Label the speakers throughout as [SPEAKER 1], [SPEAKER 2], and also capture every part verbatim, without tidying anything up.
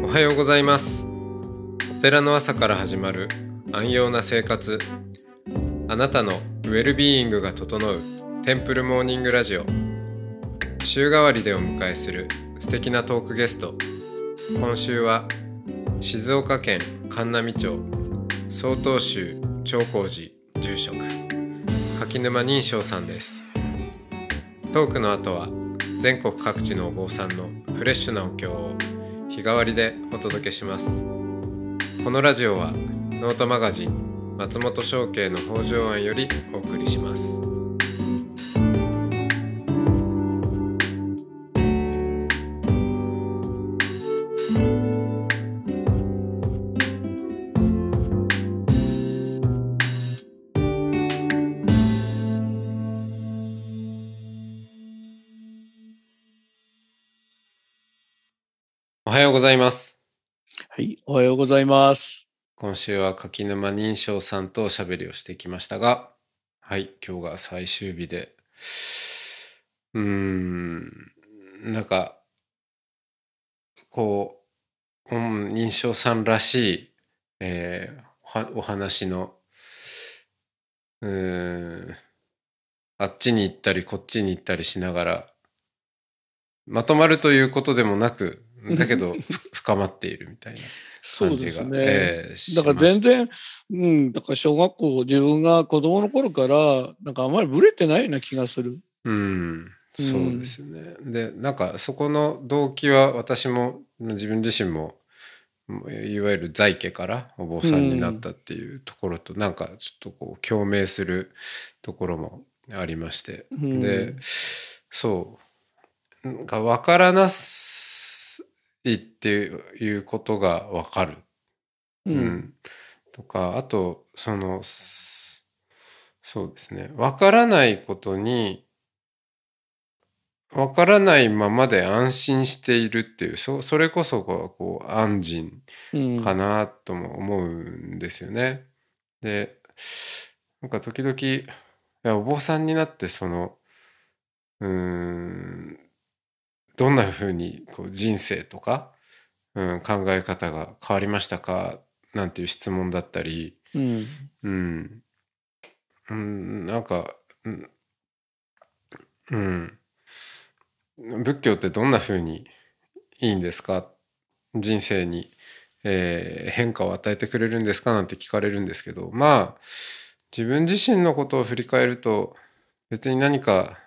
[SPEAKER 1] おはようございます。お寺の朝から始まる安養な生活、あなたのウェルビーイングが整うテンプルモーニングラジオ。週替わりでお迎えする素敵なトークゲスト。今週は静岡県函南町曹洞宗長光寺住職柿沼仁昌さんです。トークの後は全国各地のお坊さんのフレッシュなお経を日替わりでお届けします。このラジオはノートマガジン松本商家の北条庵よりお送りします。おはようございます。
[SPEAKER 2] はい、おはようございます。
[SPEAKER 1] 今週は柿沼仁昌さんとおしゃべりをしてきましたが、はい、今日が最終日で、うーん、なんかこう、うん、仁昌さんらしい、えー、お話の、うーん、あっちに行ったりこっちに行ったりしながら、まとまるということでもなく、だけど深まっているみたいな感じが、
[SPEAKER 2] そうですね。
[SPEAKER 1] えー、
[SPEAKER 2] だから全然、うん、だから小学校、自分が子供の頃から、なんかあんまりブレてないような気がする。
[SPEAKER 1] うん、そうですよね。うん、で、なんかそこの動機は私も自分自身もいわゆる在家からお坊さんになったっていうところと、うん、なんかちょっとこう共鳴するところもありまして、うん、で、そうなんか分からないっていうことが分かる、うんうん、とか、あとそのそうですね、分からないことに分からないままで安心しているっていう、そ, それこそがこう安心かなとも思うんですよね。うん、で、なんか時々いやお坊さんになってそのうーんどんな風にこう人生とか、うん、考え方が変わりましたかなんていう質問だったり、うんうんうん、なんか、うん、うん、仏教ってどんな風にいいんですか、人生に、えー、変化を与えてくれるんですかなんて聞かれるんですけど、まあ自分自身のことを振り返ると別に何か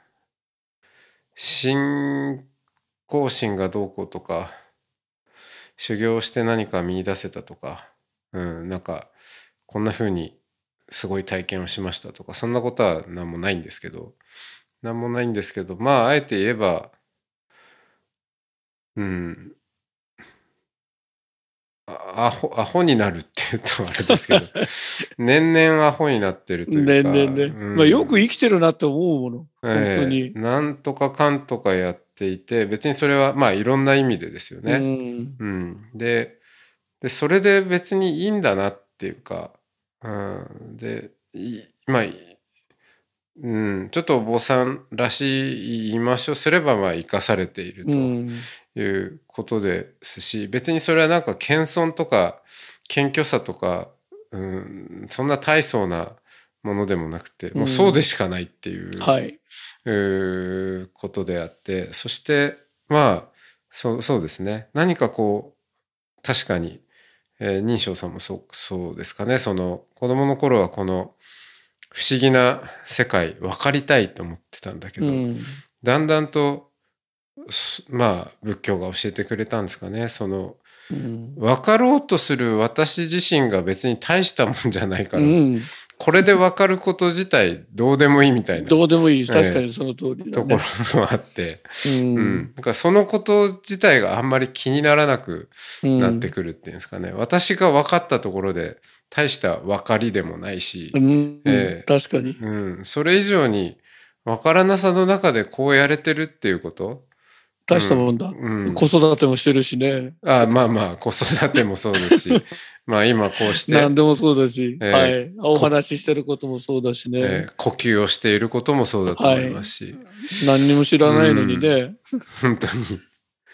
[SPEAKER 1] 信仰心がどうこうとか修行して何か見出せたとか、うん、なんかこんな風にすごい体験をしましたとか、そんなことは何もないんですけど何もないんですけどまああえて言えば、うんアホ、アホになるって言うとあれですけど年々アホになってるというか、
[SPEAKER 2] 年々ね、うん、まあ、よく生きてるなって思うもの、えー、本当に
[SPEAKER 1] なんとかかんとかやっていて、別にそれはまあいろんな意味でですよね、うんうん、で, でそれで別にいいんだなっていうか、うん、で今うん、ちょっとお坊さんらしい言い回しをすればまあ生かされているということですし、うん、別にそれはなんか謙遜とか謙虚さとか、うん、そんな大層なものでもなくて、もうそうでしかないっていう、うんはい、うことであって、そしてまあそ う, そうですね、何かこう確かに、えー、仁昌さんもそう、そうですかね、その子供の頃はこの不思議な世界分かりたいと思ってたんだけど、うん、だんだんとまあ仏教が教えてくれたんですかね、その、うん、分かろうとする私自身が別に大したもんじゃないから、うん、これで分かること自体どうでもいいみたいな
[SPEAKER 2] どうでもいい、確かにその通りだね、
[SPEAKER 1] ところもあって、うんうん、だからそのこと自体があんまり気にならなくなってくるっていうんですかね、うん、私が分かったところで大した分かりでもないし、
[SPEAKER 2] うんえー、確かに、
[SPEAKER 1] うん、それ以上に分からなさの中でこうやれてるっていうこと
[SPEAKER 2] 大したもんだ、うん、子育てもしてるしね。
[SPEAKER 1] あまあまあ子育てもそうですしまあ今こうして
[SPEAKER 2] 何でもそうだし、えー、はい、お話ししてることもそうだしね、
[SPEAKER 1] えー、呼吸をしていることもそうだと思いますし、
[SPEAKER 2] はい、何にも知らないのにね、
[SPEAKER 1] うん、本当に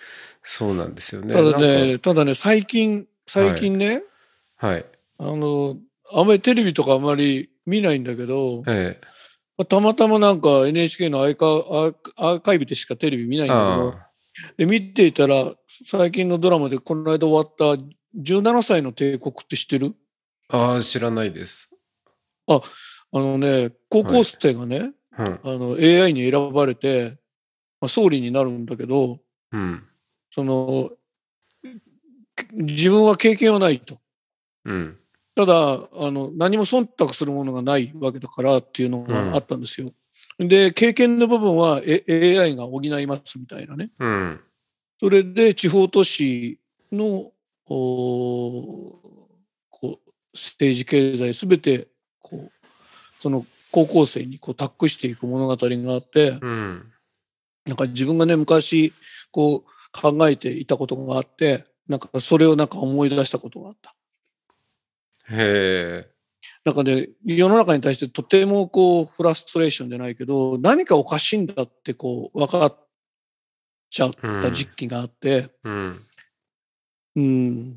[SPEAKER 1] そうなんですよね。
[SPEAKER 2] ただね、ただね、最近、最近ね、
[SPEAKER 1] はい。はい、
[SPEAKER 2] あの、あんまりテレビとかあんまり見ないんだけど、
[SPEAKER 1] ええ。
[SPEAKER 2] たまたまなんか エヌエイチケー のアーカアーカイブでしかテレビ見ないんだけど、
[SPEAKER 1] あ
[SPEAKER 2] で、見ていたら、最近のドラマでこの間終わったじゅうななさいの帝国って知ってる？
[SPEAKER 1] あ、ああ、知らないです。
[SPEAKER 2] あ、あのね、高校生がね、
[SPEAKER 1] はい、うん。
[SPEAKER 2] あの エーアイ に選ばれて、まあ、総理になるんだけど、
[SPEAKER 1] うん。
[SPEAKER 2] その、自分は経験はないと。
[SPEAKER 1] うん。
[SPEAKER 2] ただ、あの、何も忖度するものがないわけだからっていうのがあ
[SPEAKER 1] うん。
[SPEAKER 2] ったんですよ。で、経験の部分は エーアイ が補いますみたいなね。
[SPEAKER 1] うん。
[SPEAKER 2] それで地方都市のこう政治経済すべてこうその高校生にこう託していく物語があって、
[SPEAKER 1] うん。
[SPEAKER 2] なんか自分がね昔こう考えていたことがあって、なんかそれをなんか思い出したことがあった。
[SPEAKER 1] へえ。
[SPEAKER 2] なんかね、世の中に対してとてもこうフラストレーションじゃないけど、何かおかしいんだってこう分かっちゃった時期があって、
[SPEAKER 1] うん。
[SPEAKER 2] うん、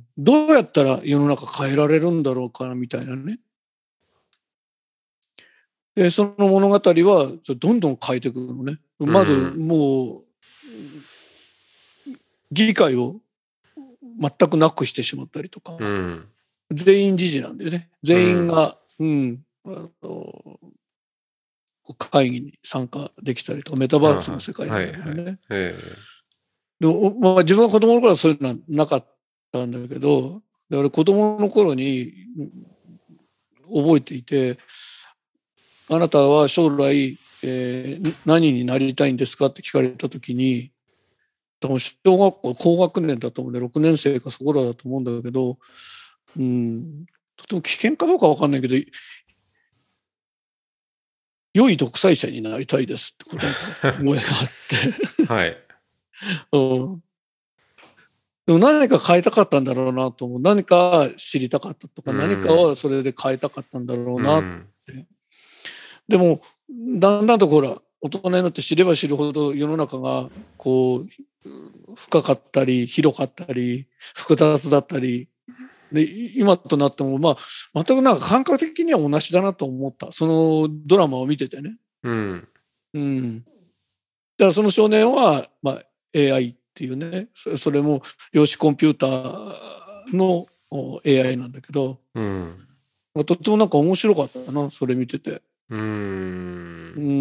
[SPEAKER 2] どうやったら世の中変えられるんだろうかなみたいなね。で、その物語はどんどん変えていくのね。まずもう議会を全くなくしてしまったりとか、
[SPEAKER 1] うん。
[SPEAKER 2] 全員時事なんだよね。全員が、うん、あの会議に参加できたりとか、メタバースの世界なんだけどね。でも、まあ、自分は子供の頃はそういうのはなかったんだけど、だから子供の頃に覚えていて、あなたは将来、えー、何になりたいんですかって聞かれた時に、多分小学校高学年だと思うんでろくねん生かそこらだと思うんだけど、うん、とても危険かどうか分かんないけど、良い独裁者になりたいですって答えた覚えがあって
[SPEAKER 1] はい。
[SPEAKER 2] うん、でも何か変えたかったんだろうなと思う。何か知りたかったとか、何かはそれで変えたかったんだろうなって。うん、でもだんだんとほら大人になって知れば知るほど世の中がこう深かったり広かったり複雑だったりで、今となってもまあ全くなんか感覚的には同じだなと思った、そのドラマを見ててね。
[SPEAKER 1] うん。
[SPEAKER 2] うん。だからその少年は、まあ、エーアイ っていうね、それも量子コンピューターの エーアイ なんだけど、
[SPEAKER 1] うん、
[SPEAKER 2] とってもなんか面白かったな、それ見てて。
[SPEAKER 1] うーん。
[SPEAKER 2] うん。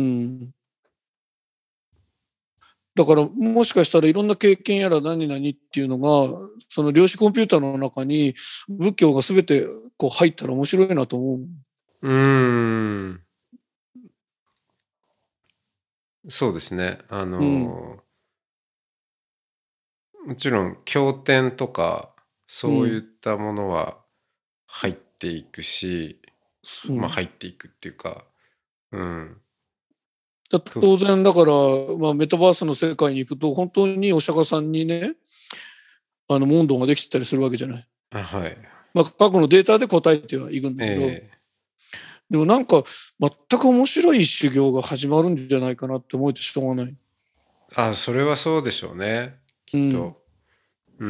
[SPEAKER 2] だからもしかしたらいろんな経験やら何々っていうのがその量子コンピューターの中に仏教が全てこう入ったら面白いなと思う。
[SPEAKER 1] うーん。そうですね。あの、
[SPEAKER 2] うん
[SPEAKER 1] もちろん経典とかそういっ
[SPEAKER 2] うん
[SPEAKER 1] たものは入っていくし、まあ
[SPEAKER 2] うん、
[SPEAKER 1] 入っていくっていうか、うん。
[SPEAKER 2] だ当然だから、まあ、メタバースの世界に行くと本当にお釈迦さんにねあの問答ができてたりするわけじゃない。
[SPEAKER 1] あ、はい。
[SPEAKER 2] まあ、過去のデータで答えてはいくんだけど、
[SPEAKER 1] ええ。
[SPEAKER 2] でもなんか全く面白い修行が始まるんじゃないかなって思えてしょうがない。
[SPEAKER 1] あ、それはそうでしょうね。き
[SPEAKER 2] うん、
[SPEAKER 1] っと。うん。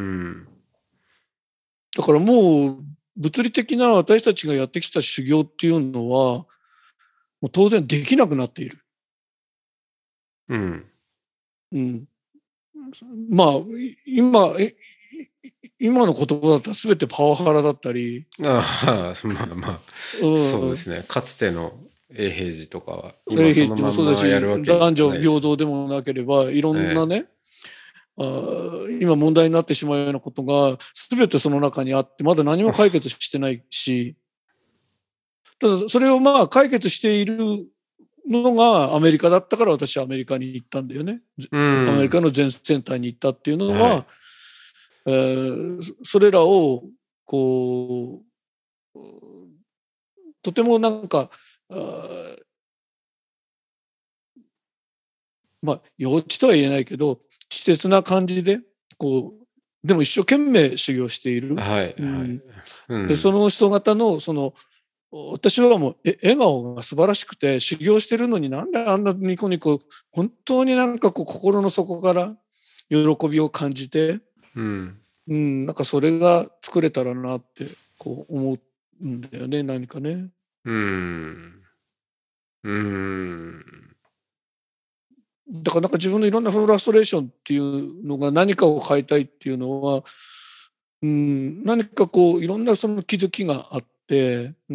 [SPEAKER 2] だからもう物理的な私たちがやってきた修行っていうのはもう当然できなくなっている。
[SPEAKER 1] うん。
[SPEAKER 2] うん、まあ今今の言葉だったら全てパワハラだったり、
[SPEAKER 1] ああ、まあまあ、そう
[SPEAKER 2] うん、
[SPEAKER 1] ですね。かつての永平寺とかは今
[SPEAKER 2] 永
[SPEAKER 1] そのまん
[SPEAKER 2] 平寺もそうだ
[SPEAKER 1] まやるわ
[SPEAKER 2] し
[SPEAKER 1] けにい
[SPEAKER 2] 男女
[SPEAKER 1] かないでしょ
[SPEAKER 2] 平等でもなければいろ
[SPEAKER 1] う。え
[SPEAKER 2] んなね、あ今問題になってしまうようなことが全てその中にあってまだ何も解決してないし、ただそれをまあ解決しているのがアメリカだったから私はアメリカに行ったんだよね。
[SPEAKER 1] え。う
[SPEAKER 2] アメリカ
[SPEAKER 1] ん。
[SPEAKER 2] の全センターに行ったっていうのは、
[SPEAKER 1] はい。
[SPEAKER 2] えーそれらをこうとてもなんかあまあ幼稚とは言えないけど稚拙な感じでこうでも一生懸命修行している、
[SPEAKER 1] はい。はい。
[SPEAKER 2] うん、
[SPEAKER 1] うん。
[SPEAKER 2] でその人方のその私はもうえ笑顔が素晴らしくて修行してるのになんであんなニコニコ本当になんかこう心の底から喜びを感じて
[SPEAKER 1] うん、
[SPEAKER 2] うん、なんかそれが作れたらなってこう思うんだよね、何かね。
[SPEAKER 1] うん、うん、
[SPEAKER 2] だからなんか自分のいろんなフラストレーションっていうのが何かを変えたいっていうのは、うん、何かこういろんなその気づきがあって、うん、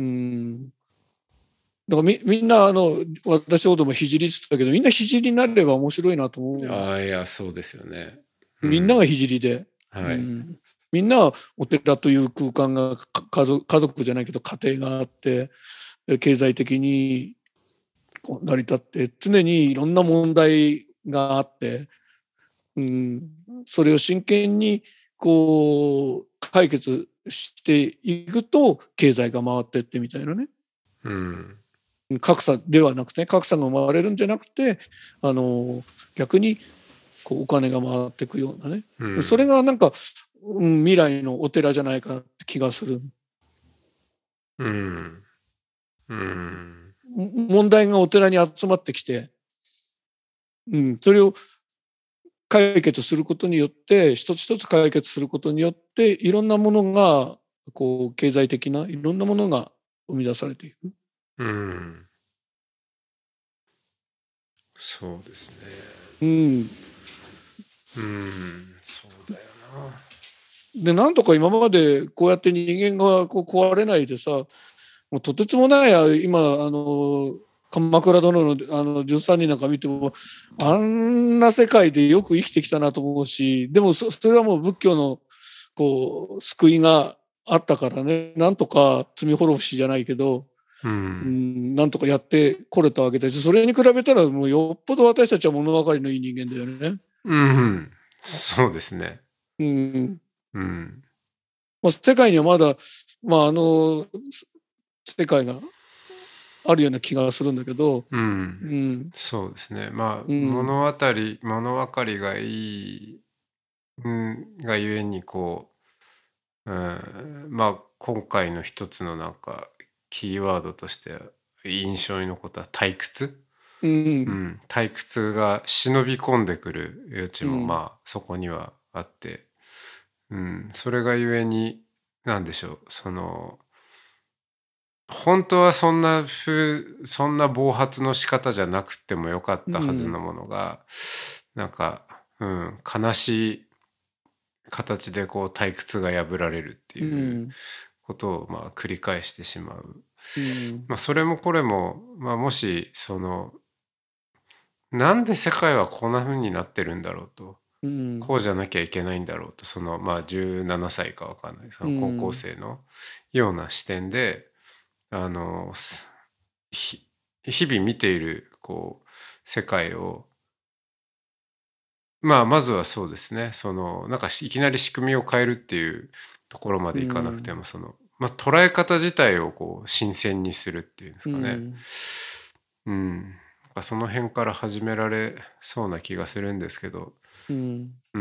[SPEAKER 2] だからみみんなあの私ほども聖って言ったけどみんな聖になれば面白いなと思う。
[SPEAKER 1] ああ、いや、そうですよね。う
[SPEAKER 2] みんなが
[SPEAKER 1] ん、
[SPEAKER 2] 聖で、う
[SPEAKER 1] はい。
[SPEAKER 2] ん、みんなはお寺という空間が家族、家族じゃないけど家庭があって経済的にこう成り立って常にいろんな問題があって、うん、それを真剣にこう解決していくと経済が回ってってみたいなね。
[SPEAKER 1] うん、
[SPEAKER 2] 格差ではなくて、ね、格差が生まれるんじゃなくてあの逆にこうお金が回っていくようなね、
[SPEAKER 1] うん、
[SPEAKER 2] それがなんか、うん、未来のお寺じゃないかって気がする。
[SPEAKER 1] うん、うん、
[SPEAKER 2] 問題がお寺に集まってきて、うん、それを解決することによって一つ一つ解決することによっていろんなものがこう経済的ないろんなものが生み出されていく。
[SPEAKER 1] うん、そうですね。
[SPEAKER 2] うん、
[SPEAKER 1] うん、そうだよな。
[SPEAKER 2] でなんとか今までこうやって人間がこう壊れないでさ、もうとてつもない今あの鎌倉殿のあのじゅうさんにんなんか見てもあんな世界でよく生きてきたなと思うし、でも そ, それはもう仏教のこう救いがあったからね、なんとか罪滅ぼしじゃないけど、
[SPEAKER 1] う
[SPEAKER 2] う
[SPEAKER 1] ん、
[SPEAKER 2] ん、なんとかやってこれたわけだし、それに比べたらもうよっぽど私たちは物分かりのいい人間だよね。
[SPEAKER 1] うん、そうですね。
[SPEAKER 2] うん、
[SPEAKER 1] うん、
[SPEAKER 2] まあ、世界にはまだ、まあ、あの世界があるような気がするんだけど、
[SPEAKER 1] うん、
[SPEAKER 2] うん、
[SPEAKER 1] そうですね。まあ、
[SPEAKER 2] うん、
[SPEAKER 1] 物語り、物分かりがいい、うん、がゆえに、こう、うん、まあ、今回の一つのなんか、キーワードとして印象に残った退屈。
[SPEAKER 2] うん、
[SPEAKER 1] うん、退屈が忍び込んでくる余地も
[SPEAKER 2] うん、
[SPEAKER 1] まあそこにはあって、うん、それがゆえに何でしょう、その本当はそんなふそんな暴発の仕方じゃなくてもよかったはずの
[SPEAKER 2] うん、
[SPEAKER 1] ものがなんか、うん、悲しい形でこう退屈が破られるって
[SPEAKER 2] う
[SPEAKER 1] いう
[SPEAKER 2] ん、
[SPEAKER 1] ことをまあ繰り返してしまう。
[SPEAKER 2] うん、
[SPEAKER 1] まあ、それもこれも、まあ、もしそのなんで世界はこんな風になってるんだろうと、
[SPEAKER 2] うん、
[SPEAKER 1] こうじゃなきゃいけないんだろうと、そのまあじゅうななさいかわかんないそ
[SPEAKER 2] う
[SPEAKER 1] の高校
[SPEAKER 2] ん、
[SPEAKER 1] 生のような視点であの日々見ているこう世界を、まあまずはそうですね、そのなんかいきなり仕組みを変えるっていうところま
[SPEAKER 2] う
[SPEAKER 1] でいかなくて
[SPEAKER 2] ん、
[SPEAKER 1] も、そのまあ捉え方自体をこう新鮮にするっていうんです
[SPEAKER 2] う
[SPEAKER 1] かね。
[SPEAKER 2] ん、
[SPEAKER 1] うん、なんかその辺から始められそうな気がするんですけど、
[SPEAKER 2] うん、
[SPEAKER 1] うん。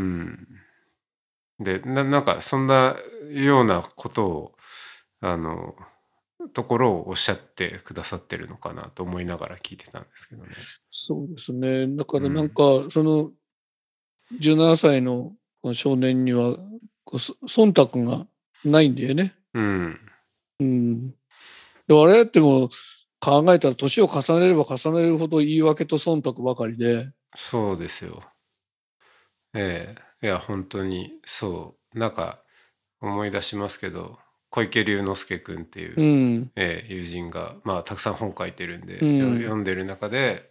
[SPEAKER 1] で、ななんかそんなようなことをあのところをおっしゃってくださってるのかなと思いながら聞いてたんですけどね。
[SPEAKER 2] そうですね。だからなん
[SPEAKER 1] うん。
[SPEAKER 2] かそのじゅうななさいの少年にはこうそ忖度がないんだよね。
[SPEAKER 1] うん。
[SPEAKER 2] うん、で我々っても考えたら年を重ねれば重ねるほど言い訳と忖度ばかりで、
[SPEAKER 1] そうですよ。ええ、いや本当にそう。なんか思い出しますけど、小池龍之介君ってい
[SPEAKER 2] う
[SPEAKER 1] う、
[SPEAKER 2] ん、
[SPEAKER 1] ええ、友人がまあたくさん本書いてるんでよ
[SPEAKER 2] うん、
[SPEAKER 1] 読んでる中で、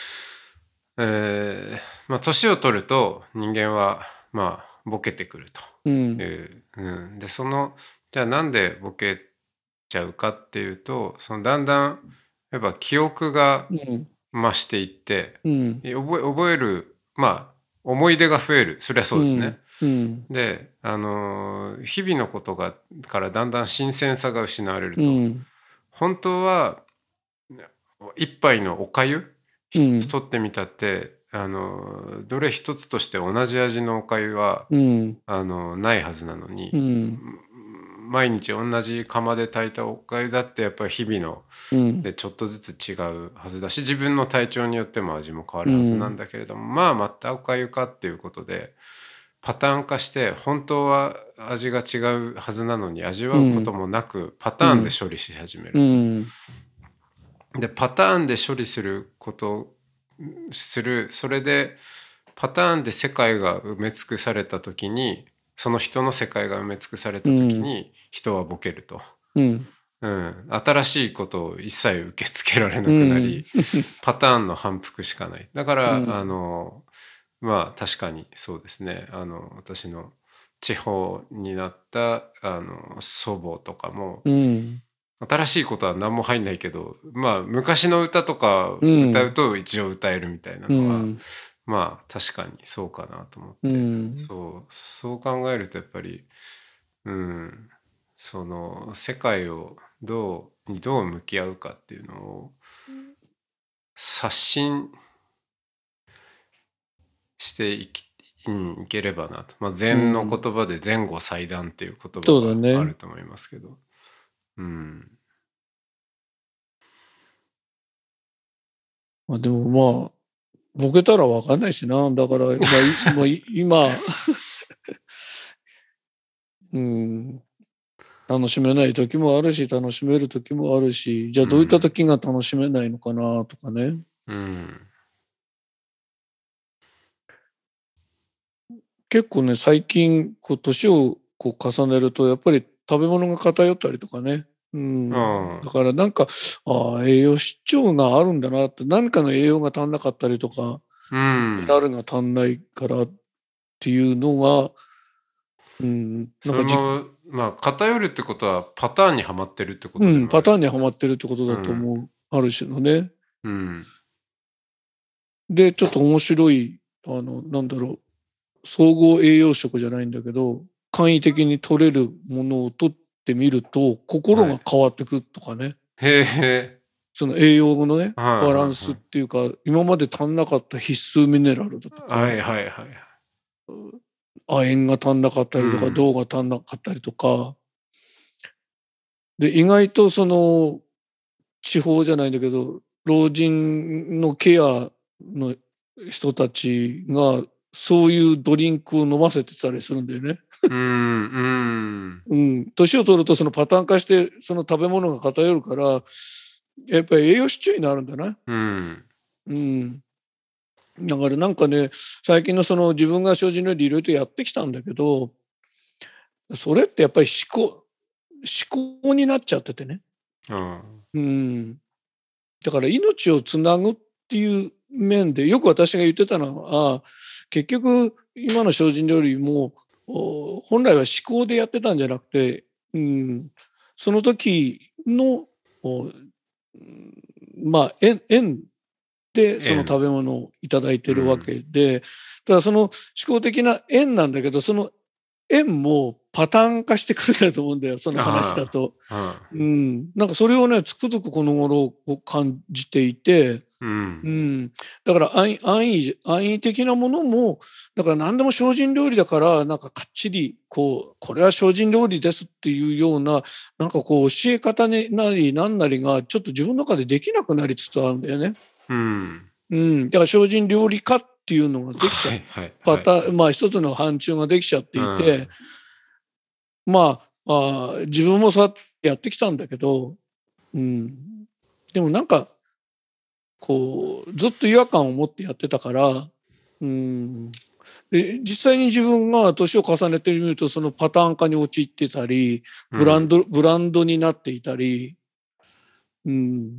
[SPEAKER 1] えーまあ年を取ると人間はまあボケてくる
[SPEAKER 2] うん、
[SPEAKER 1] という、うん、でそのじゃあなんでボケちゃうかっていうと、そのだんだんやっぱ記憶が
[SPEAKER 2] うん、
[SPEAKER 1] 増していって
[SPEAKER 2] うん、
[SPEAKER 1] 覚え、覚えるまあ思い出が増える、そりゃそうですね。
[SPEAKER 2] うん、うん、
[SPEAKER 1] であのー日々のことがからだんだん新鮮さが失われると、
[SPEAKER 2] うん、
[SPEAKER 1] 本当は一杯のお粥
[SPEAKER 2] うん、
[SPEAKER 1] 一つ取ってみたって、あのどれ一つとして同じ味のお粥は
[SPEAKER 2] うん、
[SPEAKER 1] あのないはずなのに、
[SPEAKER 2] うん、
[SPEAKER 1] 毎日同じ釜で炊いたお粥だってやっぱり日々の
[SPEAKER 2] うん、
[SPEAKER 1] でちょっとずつ違うはずだし、自分の体調によっても味も変わ
[SPEAKER 2] う
[SPEAKER 1] るはずなん
[SPEAKER 2] ん、
[SPEAKER 1] だけれども、まあまたお粥かっていうことでパターン化して本当は味が違うはずなのに味わうこともなくパターンで処理し始める、
[SPEAKER 2] うん
[SPEAKER 1] うん、でパターンで処理することするそれでパターンで世界が埋め尽くされた時にその人の世界が埋め尽くされた時に人はボケると、
[SPEAKER 2] うん
[SPEAKER 1] うん、新しいことを一切受け付けられなくなり、うん、パターンの反復しかない。だから、うん、あのまあ確かにそうですね。あの私の地方になったあの祖母とかも、うん、新しいことは何も入んないけど、まあ昔の歌とか歌うと一応歌えるみたいなのは、うん、まあ確かにそうかなと思って、うん、そうそう考えるとやっぱり、うん、その世界をどうにどう向き合うかっていうのを刷新していき、うん、いければなと、まあ、禅の言葉で前後祭壇っていう言葉があると思いますけど、うん、うん、
[SPEAKER 2] まあでもまあボケたら分かんないしな。だから、まあ、まあ、今、うん、楽しめない時もあるし、楽しめる時もあるし、じゃあどういった時が楽しめないのかなとかね。うん、結構ね、最近、こう、年をこう重ねると、やっぱり食べ物が偏ったりとかね。うん、だからなんか、ああ、栄養失調があるんだなって、何かの栄養が足んなかったりとか、
[SPEAKER 1] うん、
[SPEAKER 2] ミネラルが足んないからっていうのが、
[SPEAKER 1] うん、なんかそれもまあ偏るってことはパターンにはまってるってことでもある、
[SPEAKER 2] うん、パターンにはまってるってことだと思う、うん、ある種のね。うん、でちょっと面白いあのなんだろう総合栄養食じゃないんだけど簡易的に取れるものを取ってみると心が変わってくとかね。はい、
[SPEAKER 1] へえ。
[SPEAKER 2] その栄養のねバランスっていうか、はいはいはい、今まで足んなかった必須ミネラルだとか、はいはいはい、亜鉛が足んなかったりとか、うん、銅が足んなかったりとかで意外とその地方じゃないんだけど老人のケアの人たちがそういうドリンクを飲ませてたりするんだよね。うんうんうん、年を取るとそのパターン化してその食べ物が偏るからやっぱり栄養失調になるんだな。うんうん、だからなんかね最近のその自分が精進料理いろいろとやってきたんだけどそれってやっぱり思考思考になっちゃっててね。うんうん、だから命をつなぐっていう面でよく私が言ってたのは結局今の精進料理も本来は思考でやってたんじゃなくて、うん、その時のまあ縁縁でその食べ物をいただいてるわけで、ただその思考的な縁なんだけどその縁もパターン化してくるんだと思うんだよその話だと、うん、なんかそれをねつくづくこの頃感じていて、うんうん、だから安易安易安易的なものもだから何でも精進料理だからなんかかっちりこうこれは精進料理ですっていうようななんかこう教え方になり何なりがちょっと自分の中でできなくなりつつあるんだよね。うんうん、だから精進料理家っていうのができちゃう、はいはいはい、パターンまあ一つの範疇ができちゃっていて、うん、まああ自分もそうやってやってきたんだけど、うん、でもなんかこうずっと違和感を持ってやってたから、うん、で実際に自分が年を重ねてみるとそのパターン化に陥ってたりブランド、うん、ブランドになっていたり、うん、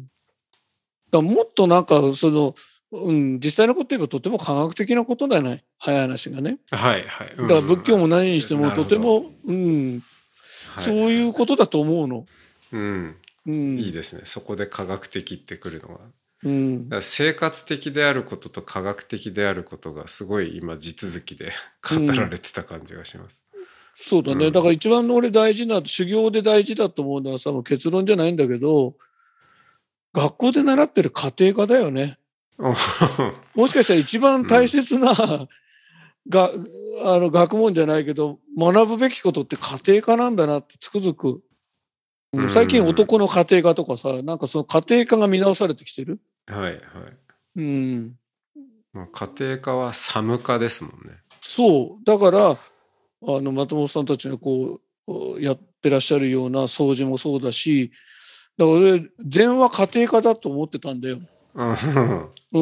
[SPEAKER 2] だもっとなんかそのうん、実際のこと言えばとても科学的なことだよね早い話がね。はいはい、うん、だから仏教も何にしてもとても、うんはい、そういうことだと思うの、
[SPEAKER 1] うんうん、いいですねそこで科学的ってくるのは、うん、だから生活的であることと科学的であることがすごい今地続きで語られてた感じがします、うん、
[SPEAKER 2] そうだね、うん、だから一番の俺大事な修行で大事だと思うのはさもう結論じゃないんだけど学校で習ってる家庭科だよね。もしかしたら一番大切な、うん、があの学問じゃないけど学ぶべきことって家庭科なんだなってつくづく、うん、最近男の家庭科とかさなんかその家庭科が見直されてきてる。
[SPEAKER 1] はいはい、うん、家庭科は寒科ですもんね。
[SPEAKER 2] そうだからあの松本さんたちがこうやってらっしゃるような掃除もそうだし、だから俺禅は家庭科だと思ってたんだよ。うん、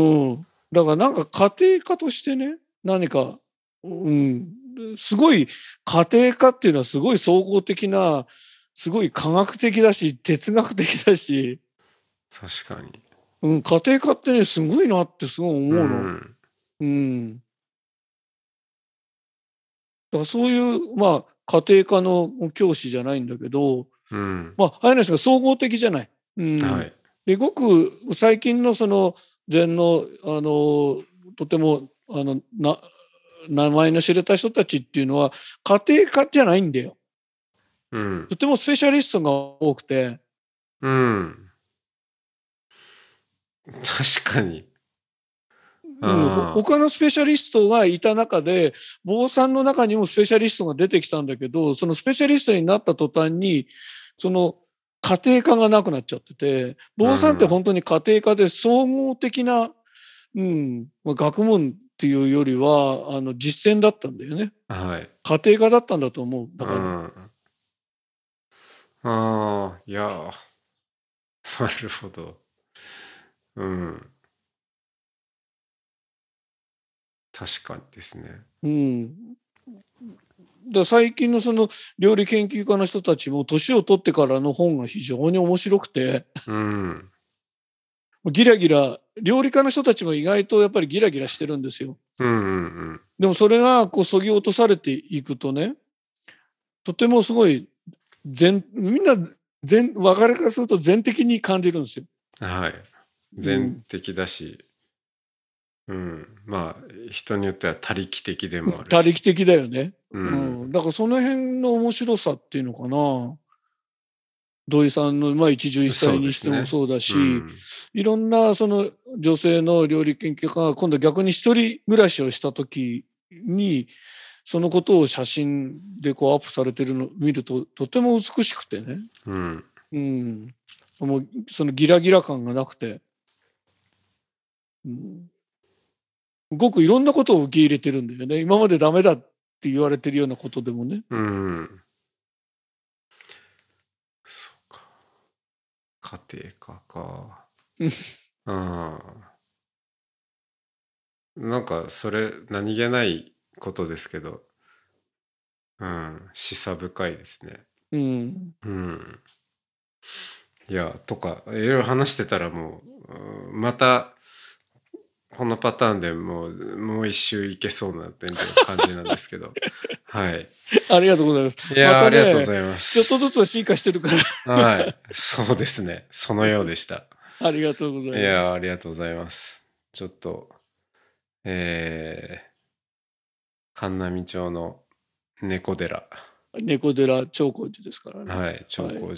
[SPEAKER 2] だからなんか家庭科としてね、何か、うん、すごい家庭科っていうのはすごい総合的な、すごい科学的だし哲学的だし、
[SPEAKER 1] 確かに、
[SPEAKER 2] うん、家庭科ってねすごいなってすごい思うの。うん、うん、だからそういうまあ家庭科の教師じゃないんだけど、
[SPEAKER 1] うん、
[SPEAKER 2] まあ早梨が総合的じゃない。うん、はい、でごく最近のその禅のあのとてもあのな名前の知れた人たちっていうのは家庭科じゃないんだよ。うん、とてもスペシャリストが多くて。
[SPEAKER 1] うん、確かに。
[SPEAKER 2] うん、他のスペシャリストがいた中で坊さんの中にもスペシャリストが出てきたんだけど、そのスペシャリストになった途端にその家庭科がなくなっちゃってて、坊さんって本当に家庭科で総合的な、うん、学問っていうよりはあの実践だったんだよね。
[SPEAKER 1] はい、
[SPEAKER 2] 家庭科だったんだと思う。だから。うん、
[SPEAKER 1] ああ、いや、なるほど。うん。確かにですね。
[SPEAKER 2] うん。だ最近のその料理研究家の人たちも年を取ってからの本が非常に面白くて、うん、ギラギラ料理家の人たちも意外とやっぱりギラギラしてるんですよ。うんうんうん、でもそれがこうそぎ落とされていくとね、とてもすごい全みんな全分かりからすると全的に感じるんですよ。
[SPEAKER 1] はい。全的だし、うん、うん、まあ人によっては他力的でもあるし。
[SPEAKER 2] 他力的だよね。うん、うん、だからその辺の面白さっていうのかな。土井さんの、まあ、一汁一菜にしてもそうだし、ね、うん、いろんなその女性の料理研究家が今度逆に一人暮らしをした時にそのことを写真でこうアップされてるのを見るととても美しくてね、うんうん、もうそのギラギラ感がなくて、うん、ごくいろんなことを受け入れてるんだよね。今までダメだって言われてるようなことでもね。うん、
[SPEAKER 1] 家庭科か。うん。なんかそれ何気ないことですけど、うん、示唆深いですね。うん。うん。いやとかいろいろ話してたらもう、うん、またこのパターンでもうもう一周いけそうな全然感じなんですけど。はい。
[SPEAKER 2] ありがとうございます。
[SPEAKER 1] いや、またね、ありがとうございます。
[SPEAKER 2] ちょっとずつは進化してるか
[SPEAKER 1] ら。はい。そうですね。そのようでした。
[SPEAKER 2] ありがとうございます。い
[SPEAKER 1] や、ありがとうございます。ちょっと、えー、神波町の猫寺。
[SPEAKER 2] 猫寺長光寺ですからね。
[SPEAKER 1] はい、長光寺。はい、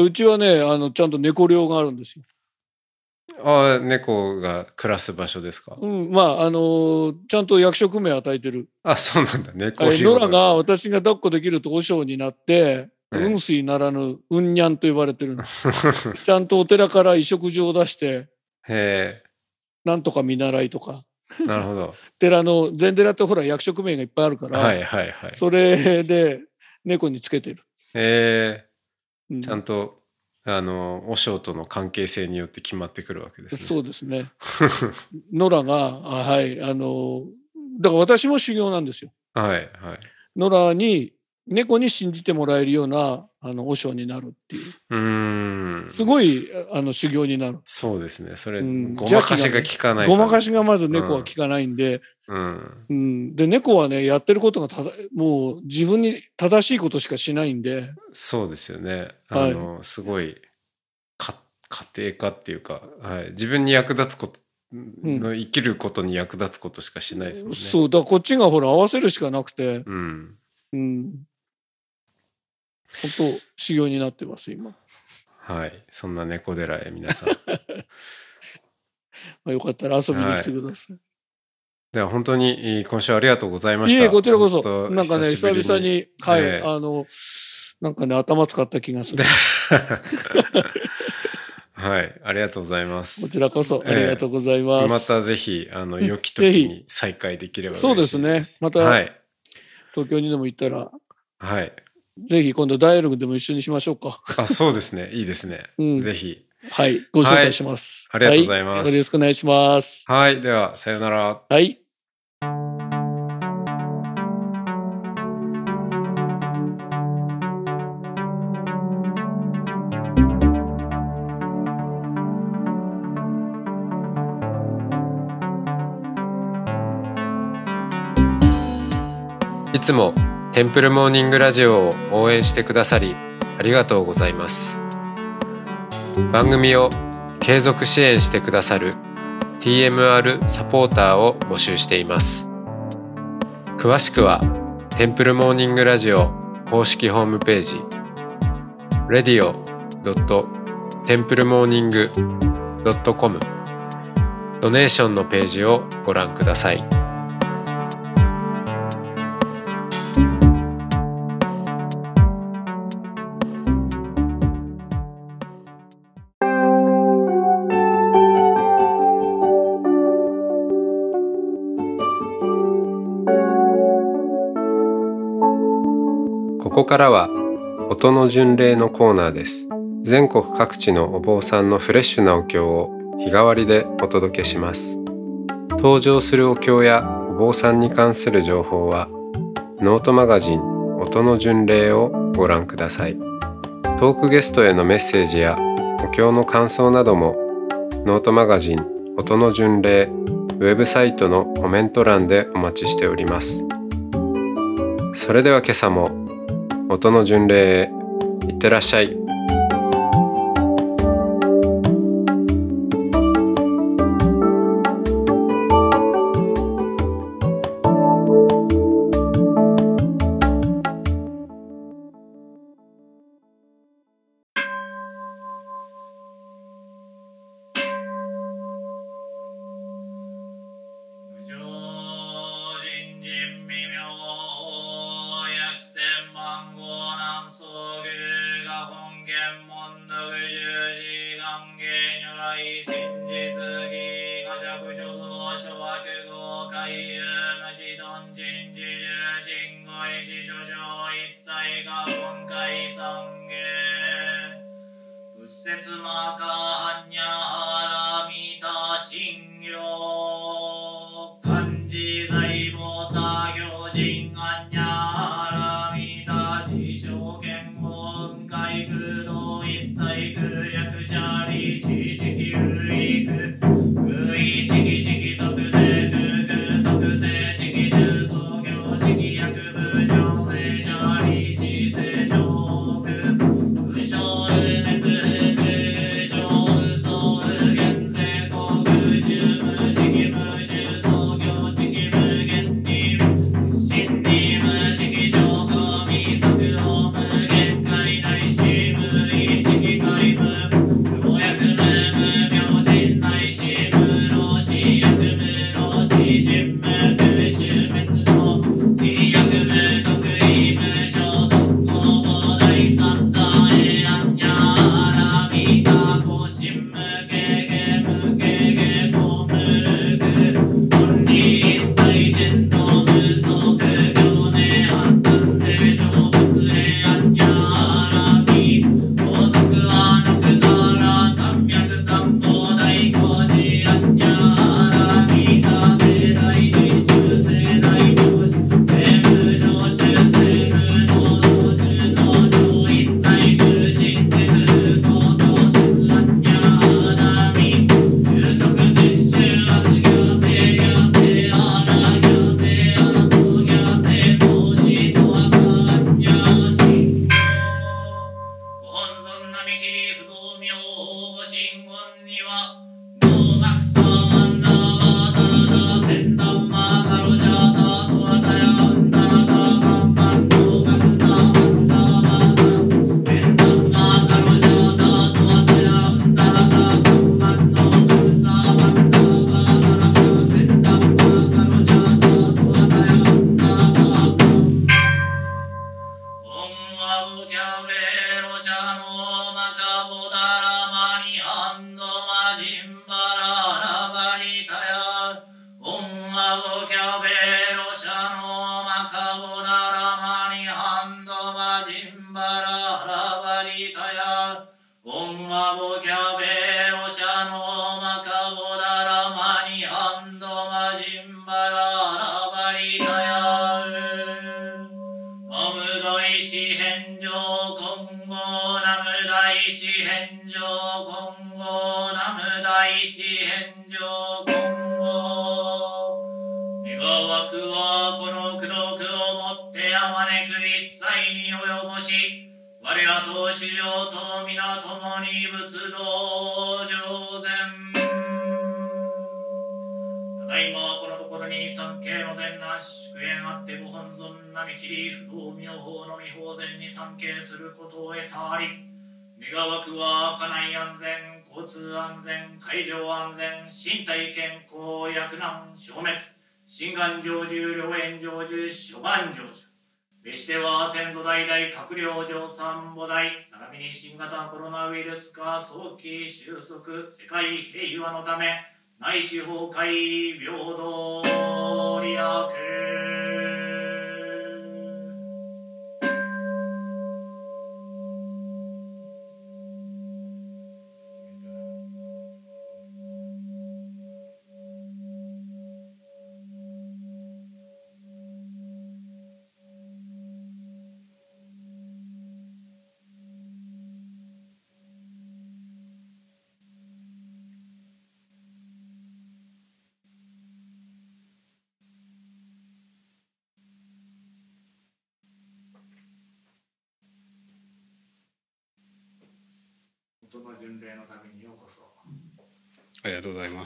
[SPEAKER 2] うちはね、あのちゃんと猫寮があるんですよ。
[SPEAKER 1] ああ、猫が暮らす場所ですか。
[SPEAKER 2] うん、まああのー、ちゃんと役職名与えてる。
[SPEAKER 1] あ、そうなんだ。猫
[SPEAKER 2] 寮。野良が私が抱っこできると和尚になって、はい、雲水ならぬ雲にゃんと呼ばれてるんです。ちゃんとお寺から衣食住を出して、へなんとか見習いとか。
[SPEAKER 1] なるほど。
[SPEAKER 2] 寺の禅寺ってほら役職名がいっぱいあるから、
[SPEAKER 1] はいはいはい、
[SPEAKER 2] それで猫につけてる。
[SPEAKER 1] へえ、うん、ちゃんとあの和尚との関係性によって決まってくるわけですね。
[SPEAKER 2] そうですね。野良があはいあのだから私も修行なんですよ。はいはい。野良に猫に信じてもらえるようなあの和尚になるっていう。うーん。すごいあの修行になる。
[SPEAKER 1] そうですね。それ、うん、ごまかしが効かない、ね。
[SPEAKER 2] ごまかしがまず猫は効かないんで、うんうん、で猫はねやってることがただもう自分に正しいことしかしないんで。
[SPEAKER 1] そうですよね。あの、はい、すごいか家庭科っていうか、はい、自分に役立つこと。の生きることに役立つことしかしないですもんね。
[SPEAKER 2] そうだからこっちがほら合わせるしかなくて、うんうん、本当修行になってます今。
[SPEAKER 1] はい、そんな猫寺へ皆さん。
[SPEAKER 2] まあよかったら遊びに来てください。はい、
[SPEAKER 1] では本当に今週はありがとうございました。い
[SPEAKER 2] えこちらこそなんかね久々にはい、えー、あのなんかね頭使った気がする。
[SPEAKER 1] はい、ありがとうございます。
[SPEAKER 2] こちらこそありがとうございます。
[SPEAKER 1] えー、またぜひあの良き時に再会できれば嬉しいです。
[SPEAKER 2] そうですね。また、はい、東京にでも行ったら、はい、ぜひ今度ダイアログでも一緒にしましょうか。
[SPEAKER 1] あ、そうですね。いいですね。うん、ぜひ。
[SPEAKER 2] はい、ご招待します、
[SPEAKER 1] はい。ありがとうございます。
[SPEAKER 2] はい、よろしくお願いします。
[SPEAKER 1] はい、ではさよなら。
[SPEAKER 2] はい。
[SPEAKER 1] いつもテンプルモーニングラジオを応援してくださりありがとうございます。番組を継続支援してくださる ティーエムアール サポーターを募集しています。詳しくはテンプルモーニングラジオ公式ホームページ レディオ ドット テンプルモーニング ドット コム ドネーションのページをご覧ください。ここからは音の巡礼のコーナーです。全国各地のお坊さんのフレッシュなお経を日替わりでお届けします。登場するお経やお坊さんに関する情報はノートマガジン音の巡礼をご覧ください。トークゲストへのメッセージやお経の感想などもノートマガジン音の巡礼ウェブサイトのコメント欄でお待ちしております。それでは今朝も音の巡礼へいってらっしゃい。
[SPEAKER 3] 無上今後願わくはこの功徳をもってあまねく一切に及ぼし我らと主上と皆共に仏道上善ただいまこのところに三慶の善な祝宴あってご本尊並切り不動明法の御法前に参詣することを得たあり願わくは家内安全交通安全海上安全身体健康厄難消滅心願成就良縁成就諸願成就べしては先祖代々閣僚上三母代並びに新型コロナウイルス化早期収束世界平和のため内視崩壊平等利益元の巡礼のためにようこそ。
[SPEAKER 4] ありがとうございます。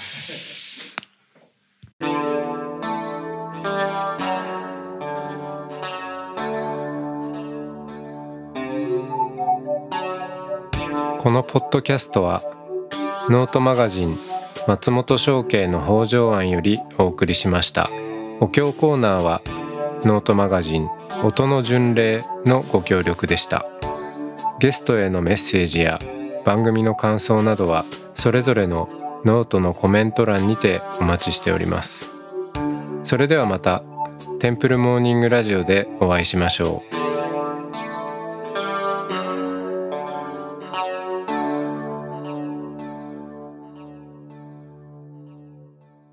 [SPEAKER 1] このポッドキャストはノートマガジン松本商家の北条庵よりお送りしました。お経コーナーはノートマガジン音の巡礼のご協力でした。ゲストへのメッセージや番組の感想などはそれぞれのノートのコメント欄にてお待ちしております。それではまたテンプルモーニングラジオでお会いしましょう。